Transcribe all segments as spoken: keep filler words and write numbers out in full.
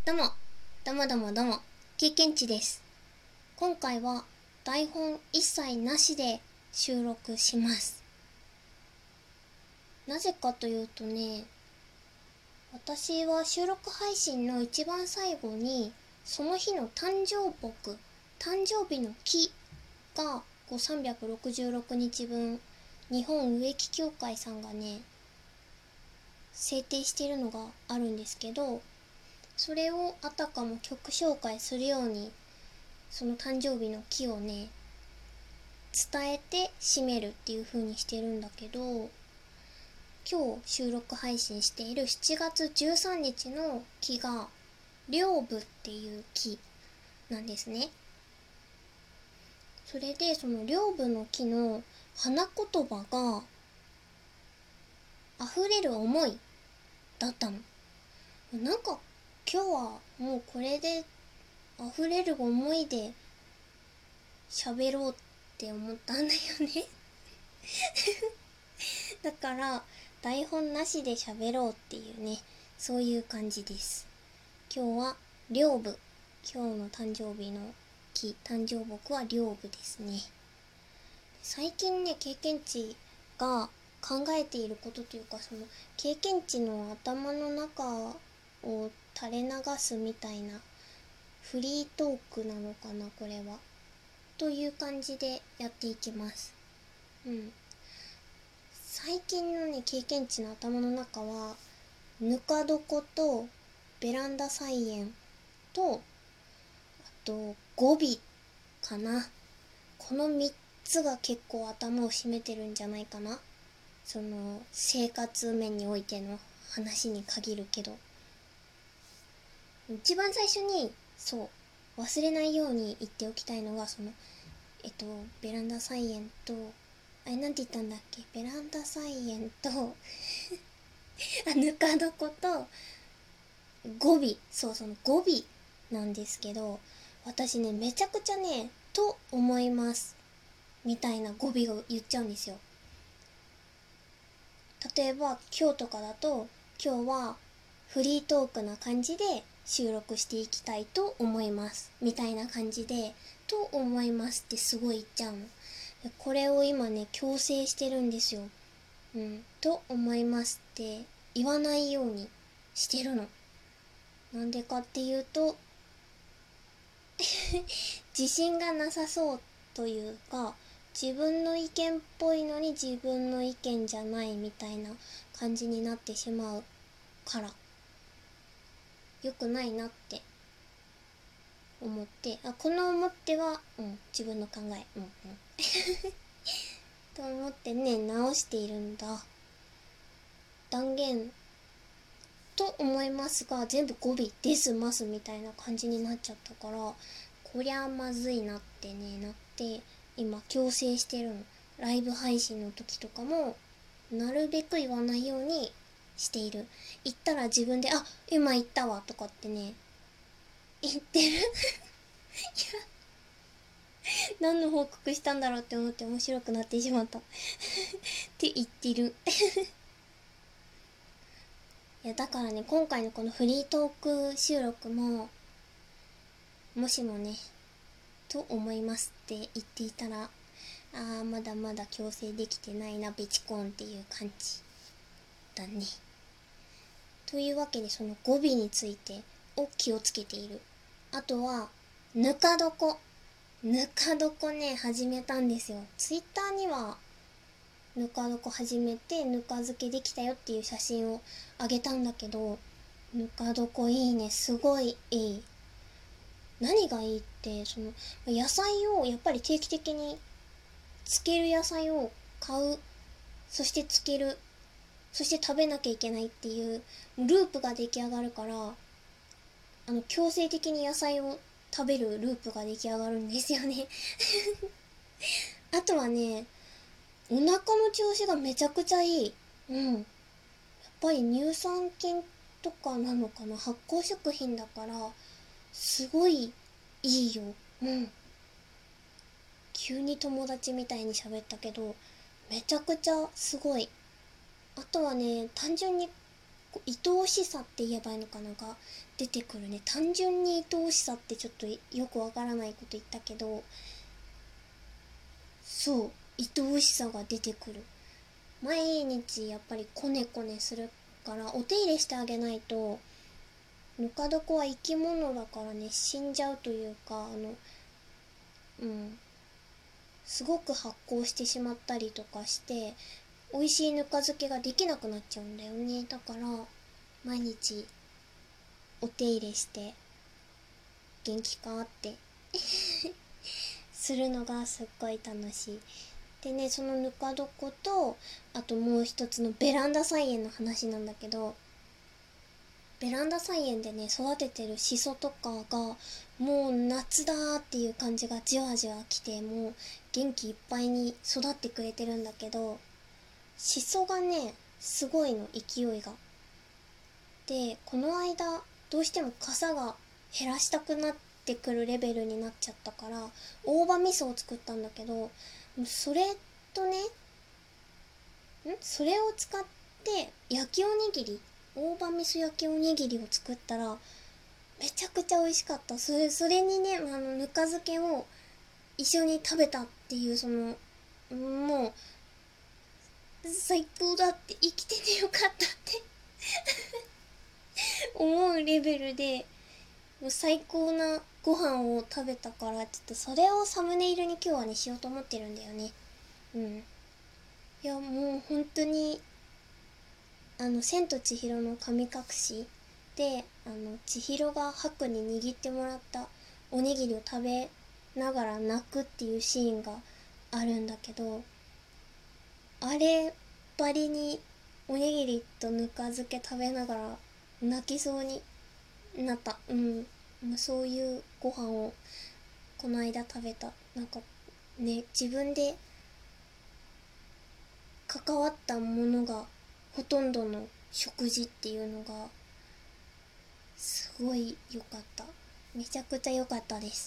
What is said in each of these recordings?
どうも、どうもどうもどうも、経験値です。今回は台本一切なしで収録します。なぜかというとね、私は収録配信の一番最後に、その日の誕生木、誕生日の木がこうさんびゃくろくじゅうろくにちぶん、日本植木協会さんがね、制定しているのがあるんですけど、それをあたかも曲紹介するようにその誕生日の木をね伝えて締めるっていう風にしてるんだけど、今日収録配信しているしちがつじゅうさんにちの木が陵墓っていう木なんですね。それでその陵墓の木の花言葉が溢れる思いだったの。なんか今日はもうこれで溢れる思いで喋ろうって思ったんだよねだから台本なしで喋ろうっていうね、そういう感じです。今日は陵墓、今日の誕生日の木、誕生木は陵墓ですね。最近ね、経験値が考えていることというか、その経験値の頭の中を垂れ流すみたいなフリートークなのかな、これはという感じでやっていきます。うん。最近のね、経験値の頭の中は、ぬか床とベランダ菜園と、あと語尾かな。このみっつが結構頭を占めてるんじゃないかな。その生活面においての話に限るけど。一番最初に、そう、忘れないように言っておきたいのが、その、えっと、ベランダ菜園と、あれなんて言ったんだっけ、ベランダ菜園とあ、ぬか床と語尾、そう、その語尾なんですけど、私ね、めちゃくちゃね、と思いますみたいな語尾を言っちゃうんですよ。例えば今日とかだと、今日はフリートークな感じで収録していきたいと思いますみたいな感じで、と思いますってすごい言っちゃうの。これを今ね、強制してるんですよ。うん、と思いますって言わないようにしてるの。なんでかっていうと自信がなさそうというか、自分の意見っぽいのに自分の意見じゃないみたいな感じになってしまうから良くないなって思って、あ、この思っては、うん、自分の考え、うんうんと思ってね、直しているんだ。断言と思いますが、全部語尾ですますみたいな感じになっちゃったから、こりゃまずいなってね、なって今強制してるの。ライブ配信の時とかもなるべく言わないようにしている。言ったら自分で、あ、今言ったわとかってね言ってるいや、何の報告したんだろうって思って面白くなってしまったって言ってるいや、だからね、今回のこのフリートーク収録も、もしもね、と思いますって言っていたら、あー、まだまだ強制できてないな、ベチコーンっていう感じだね。というわけで、その語尾についてを気をつけている。あとは、ぬか床。ぬか床ね、始めたんですよ。ツイッターには、ぬか床始めて、ぬか漬けできたよっていう写真をあげたんだけど、ぬか床いいね、すごいいい。何がいいって、その、野菜をやっぱり定期的に漬ける野菜を買う、そして漬ける、そして食べなきゃいけないっていうループが出来上がるから、あの強制的に野菜を食べるループが出来上がるんですよねあとはね、お腹の調子がめちゃくちゃいい。うん。やっぱり乳酸菌とかなのかな、発酵食品だからすごいいいよ。うん。急に友達みたいに喋ったけど、めちゃくちゃすごい。あとはね、単純に愛おしさって言えばいいのかな、が出てくるね。単純に愛おしさってちょっとよくわからないこと言ったけど、そう愛おしさが出てくる。毎日やっぱりコネコネするからお手入れしてあげないと、ぬか床は生き物だからね、死んじゃうというか、あのうんすごく発酵してしまったりとかして美味しいぬか漬けができなくなっちゃうんだよね。だから毎日お手入れして元気かってするのがすっごい楽しい。でね、そのぬか床と、あともう一つのベランダ菜園の話なんだけど、ベランダ菜園でね育ててるシソとかがもう夏だーっていう感じがじわじわきて、もう元気いっぱいに育ってくれてるんだけど、シソがねすごいの勢いが。でこの間どうしても傘が減らしたくなってくるレベルになっちゃったから大葉味噌を作ったんだけど、それとねんそれを使って焼きおにぎり、大葉味噌焼きおにぎりを作ったらめちゃくちゃ美味しかった。それそれにね、あのぬか漬けを一緒に食べたっていう、そのもう最高だって、生きててよかったって思うレベルで、もう最高なご飯を食べたから、ちょっとそれをサムネイルに今日はねしようと思ってるんだよね。うん。いやもう本当に、あの千と千尋の神隠しで、あの千尋がハクに握ってもらったおにぎりを食べながら泣くっていうシーンがあるんだけど、あればりにおにぎりとぬか漬け食べながら泣きそうになった。うん。そういうご飯をこの間食べた。なんかね、自分で関わったものがほとんどの食事っていうのがすごい良かった。めちゃくちゃ良かったです。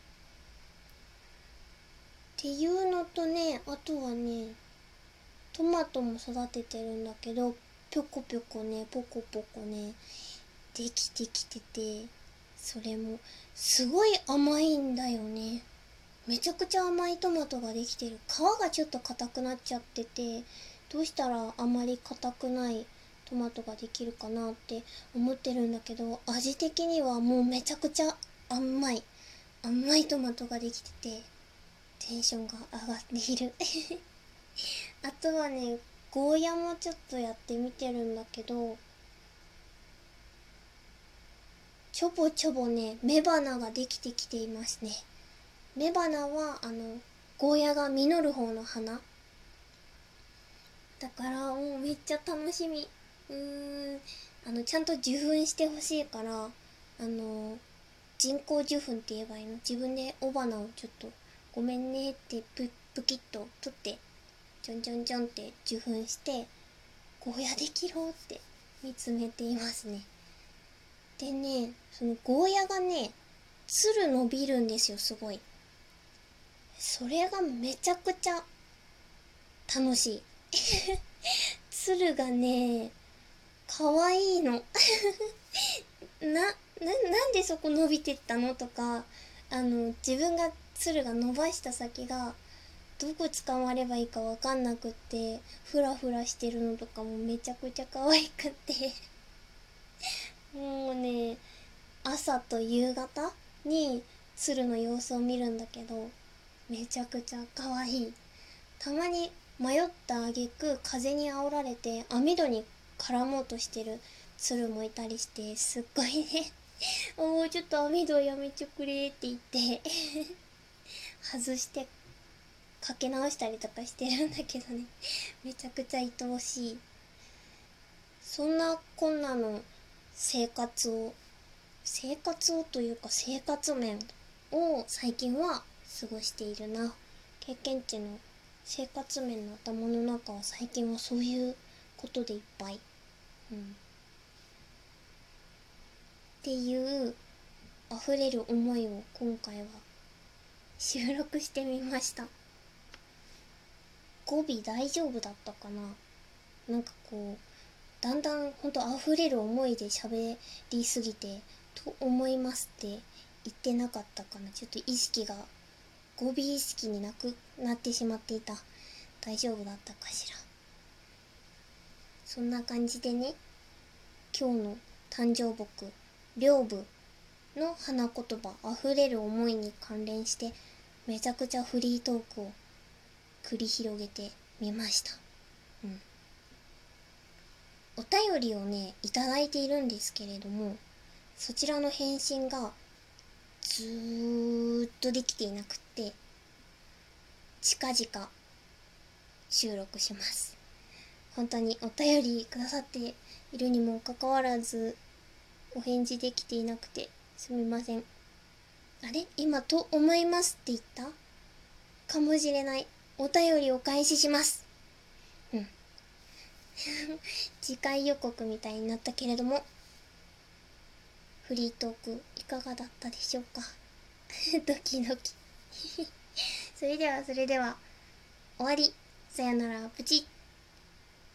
っていうのとね、あとはね、トマトも育ててるんだけど、ぴょこぴょこね、ポコポコね、できてきてて、それもすごい甘いんだよね。めちゃくちゃ甘いトマトができてる。皮がちょっと硬くなっちゃってて、どうしたらあまり硬くないトマトができるかなって思ってるんだけど、味的にはもうめちゃくちゃ甘い甘いトマトができててテンションが上がっているあとはね、ゴーヤもちょっとやってみてるんだけど、ちょぼちょぼね雌花ができてきていますね。雌花はあのゴーヤが実る方の花だからもうめっちゃ楽しみ。うーんあのちゃんと受粉してほしいから、あの人工受粉って言えばいいの、自分で雄花をちょっとごめんねってププキッと取ってちょんちょんちょんって受粉してゴーヤできろって見つめていますね。でね、そのゴーヤがねつる伸びるんですよ、すごい。それがめちゃくちゃ楽しいつるがねかわいいのな、な、なんでそこ伸びてったのとか、あの自分がつるが伸ばした先がどこ捕まればいいかわかんなくってフラフラしてるのとかもめちゃくちゃ可愛くってもうね、朝と夕方に鶴の様子を見るんだけどめちゃくちゃ可愛い。たまに迷った挙句風に煽られて網戸に絡もうとしてる鶴もいたりして、すっごいねもうちょっと網戸やめちゃくれって言って外してかけ直したりとかしてるんだけどねめちゃくちゃ愛おしい。そんなこんなの生活を生活をというか生活面を最近は過ごしているな。経験値の生活面の頭の中は最近はそういうことでいっぱい、うん、っていう溢れる思いを今回は収録してみました。語尾大丈夫だったかな。なんかこだんだんほんと溢れる思いで喋りすぎてと思いますって言ってなかったかな。ちょっと意識が語尾意識になくなってしまっていた。大丈夫だったかしら。そんな感じでね、今日の誕生木屏風の花言葉溢れる思いに関連してめちゃくちゃフリートークを繰り広げてみました。うん。お便りをねいただいているんですけれども、そちらの返信がずーっとできていなくって、近々収録します。本当にお便りくださっているにもかかわらずお返事できていなくてすみません。あれ今と思いますって言ったかもしれない。お便りお返しします。うん次回予告みたいになったけれども、フリートークいかがだったでしょうかドキドキそれではそれでは終わり。さよなら、プチッ。